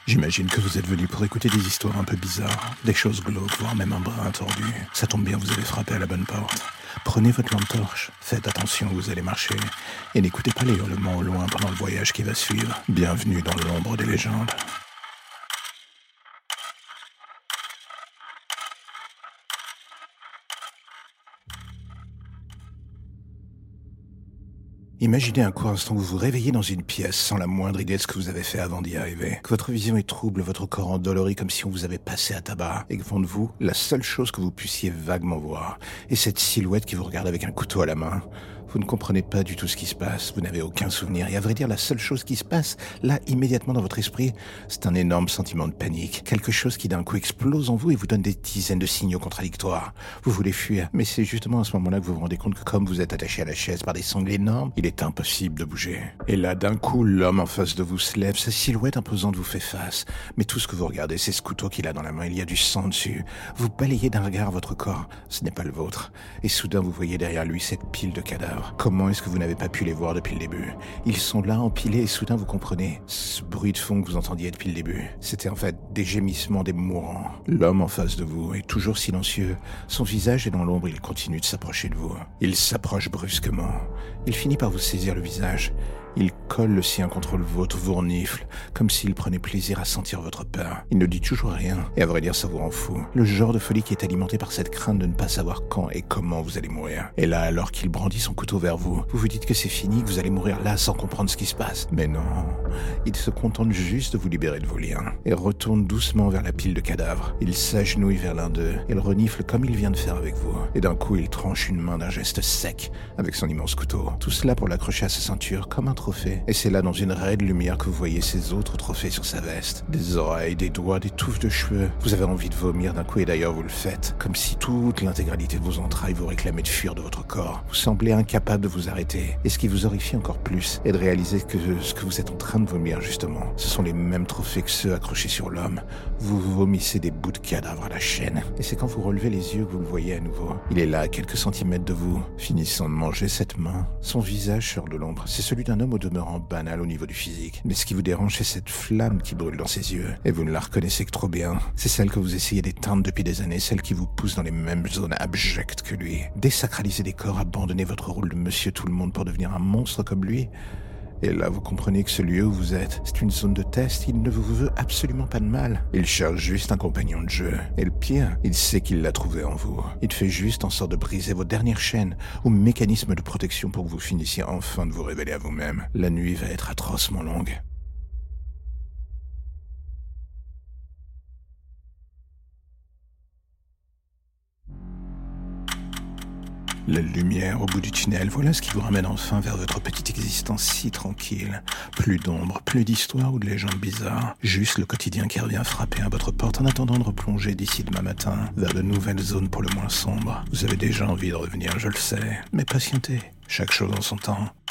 J'imagine que vous êtes venu pour écouter des histoires un peu bizarres, des choses glauques, voire même un brin tordu. Ça tombe bien, vous avez frappé à la bonne porte. Prenez votre lampe torche, faites attention où vous allez marcher, et n'écoutez pas les hurlements au loin pendant le voyage qui va suivre. Bienvenue dans l'ombre des légendes. Imaginez un court instant que vous vous réveillez dans une pièce sans la moindre idée de ce que vous avez fait avant d'y arriver. Que votre vision est trouble, votre corps endolori comme si on vous avait passé à tabac. Et devant de vous, la seule chose que vous puissiez vaguement voir est cette silhouette qui vous regarde avec un couteau à la main. Vous ne comprenez pas du tout ce qui se passe, vous n'avez aucun souvenir. Et à vrai dire, la seule chose qui se passe, là, immédiatement dans votre esprit, c'est un énorme sentiment de panique. Quelque chose qui d'un coup explose en vous et vous donne des dizaines de signaux contradictoires. Vous voulez fuir, mais c'est justement à ce moment-là que vous vous rendez compte que comme vous êtes attaché à la chaise par des sangles énormes, il est impossible de bouger. Et là, d'un coup, l'homme en face de vous se lève, sa silhouette imposante vous fait face. Mais tout ce que vous regardez, c'est ce couteau qu'il a dans la main, il y a du sang dessus. Vous balayez d'un regard votre corps, ce n'est pas le vôtre. Et soudain, vous voyez derrière lui cette pile de cadavres. Comment est-ce que vous n'avez pas pu les voir depuis le début? Ils sont là, empilés, et soudain vous comprenez. Ce bruit de fond que vous entendiez depuis le début, c'était en fait des gémissements des mourants. L'homme en face de vous est toujours silencieux. Son visage est dans l'ombre, il continue de s'approcher de vous. Il s'approche brusquement. Il finit par vous saisir le visage. Il colle le sien contre le vôtre, vous renifle, comme s'il prenait plaisir à sentir votre peur. Il ne dit toujours rien, et à vrai dire ça vous rend fou. Le genre de folie qui est alimenté par cette crainte de ne pas savoir quand et comment vous allez mourir. Et là, alors qu'il brandit son couteau vers vous, vous vous dites que c'est fini, que vous allez mourir là sans comprendre ce qui se passe. Mais non, il se contente juste de vous libérer de vos liens, et retourne doucement vers la pile de cadavres. Il s'agenouille vers l'un d'eux, et le renifle comme il vient de faire avec vous. Et d'un coup, il tranche une main d'un geste sec, avec son immense couteau. Tout cela pour l'accrocher à sa ceinture, comme un trophée. Et c'est là, dans une raide lumière, que vous voyez ces autres trophées sur sa veste. Des oreilles, des doigts, des touffes de cheveux. Vous avez envie de vomir d'un coup, et d'ailleurs vous le faites. Comme si toute l'intégralité de vos entrailles vous réclamait de fuir de votre corps. Vous semblez incapable de vous arrêter. Et ce qui vous horrifie encore plus est de réaliser que ce que vous êtes en train de vomir, justement, ce sont les mêmes trophées que ceux accrochés sur l'homme. Vous vomissez des bouts de cadavres à la chaîne. Et c'est quand vous relevez les yeux que vous le voyez à nouveau. Il est là, à quelques centimètres de vous, finissant de manger cette main. Son visage sort de l'ombre. C'est celui d'un homme au demeurant banal au niveau du physique. Mais ce qui vous dérange, c'est cette flamme qui brûle dans ses yeux. Et vous ne la reconnaissez que trop bien. C'est celle que vous essayez d'éteindre depuis des années, celle qui vous pousse dans les mêmes zones abjectes que lui. Désacraliser des corps, abandonner votre rôle de monsieur tout le monde pour devenir un monstre comme lui. Et là, vous comprenez que ce lieu où vous êtes, c'est une zone de test, il ne vous veut absolument pas de mal. Il cherche juste un compagnon de jeu. Et le pire, il sait qu'il l'a trouvé en vous. Il fait juste en sorte de briser vos dernières chaînes ou mécanismes de protection pour que vous finissiez enfin de vous révéler à vous-même. La nuit va être atrocement longue. La lumière au bout du tunnel, voilà ce qui vous ramène enfin vers votre petite existence si tranquille. Plus d'ombre, plus d'histoires ou de légendes bizarres. Juste le quotidien qui revient frapper à votre porte en attendant de replonger d'ici demain matin vers de nouvelles zones pour le moins sombres. Vous avez déjà envie de revenir, je le sais, mais patientez, chaque chose en son temps.